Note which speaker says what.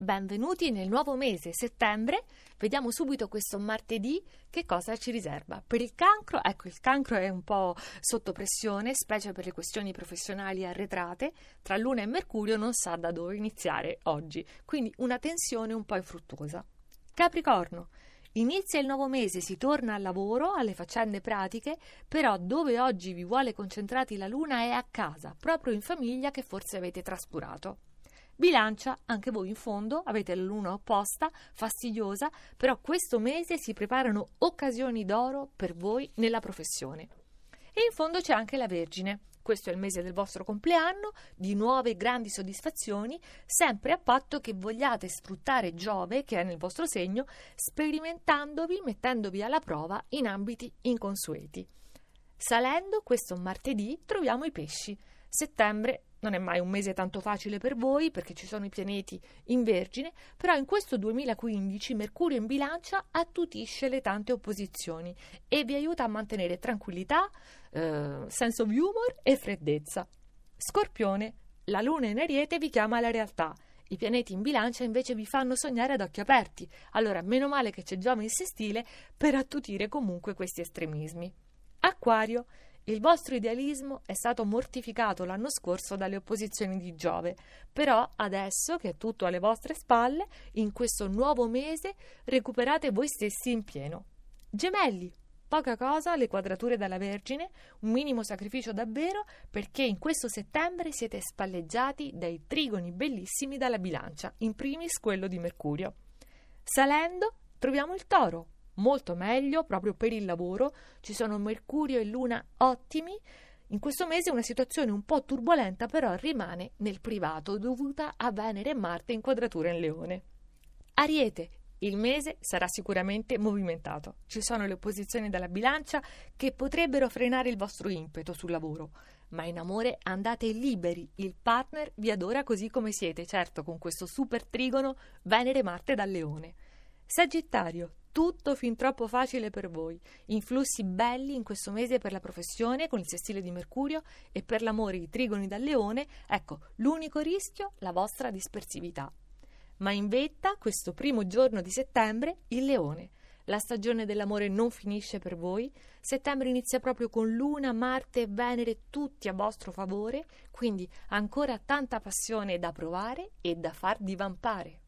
Speaker 1: Benvenuti nel nuovo mese, settembre. Vediamo subito questo martedì che cosa ci riserva. Per il cancro, il cancro è un po' sotto pressione, specie per le questioni professionali arretrate. Tra Luna e Mercurio non sa da dove iniziare oggi, quindi una tensione un po' infruttuosa. Capricorno, inizia il nuovo mese, si torna al lavoro, alle faccende pratiche, però dove oggi vi vuole concentrati la Luna è a casa, proprio in famiglia che forse avete trascurato. Bilancia, anche voi in fondo avete la luna opposta, fastidiosa, però questo mese si preparano occasioni d'oro per voi nella professione. E in fondo c'è anche la Vergine. Questo è il mese del vostro compleanno, di nuove grandi soddisfazioni, sempre a patto che vogliate sfruttare Giove, che è nel vostro segno, sperimentandovi, mettendovi alla prova in ambiti inconsueti. Salendo, questo martedì, troviamo i pesci. Settembre non è mai un mese tanto facile per voi perché ci sono i pianeti in Vergine, però in questo 2015 Mercurio in Bilancia attutisce le tante opposizioni e vi aiuta a mantenere tranquillità, senso di humor e freddezza. Scorpione, la Luna in Ariete vi chiama alla realtà. I pianeti in Bilancia invece vi fanno sognare ad occhi aperti, allora meno male che c'è Giove in sestile per attutire comunque questi estremismi. Acquario, il vostro idealismo è stato mortificato l'anno scorso dalle opposizioni di Giove, però adesso che è tutto alle vostre spalle, in questo nuovo mese recuperate voi stessi in pieno. Gemelli, poca cosa, le quadrature dalla Vergine, un minimo sacrificio davvero perché in questo settembre siete spalleggiati dai trigoni bellissimi dalla Bilancia, in primis quello di Mercurio. Salendo, troviamo il Toro. Molto meglio proprio per il lavoro, ci sono Mercurio e Luna ottimi. In questo mese una situazione un po' turbolenta però rimane nel privato dovuta a Venere e Marte in quadratura in Leone. Ariete, il mese sarà sicuramente movimentato, ci sono le opposizioni dalla Bilancia che potrebbero frenare il vostro impeto sul lavoro, ma in amore andate liberi, il partner vi adora così come siete, certo con questo super trigono Venere-Marte dal Leone. Sagittario, tutto fin troppo facile per voi, influssi belli in questo mese per la professione con il sestile di Mercurio e per l'amore i trigoni dal Leone, l'unico rischio, la vostra dispersività. Ma in vetta, questo primo giorno di settembre, il Leone. La stagione dell'amore non finisce per voi, settembre inizia proprio con Luna, Marte e Venere tutti a vostro favore, quindi ancora tanta passione da provare e da far divampare.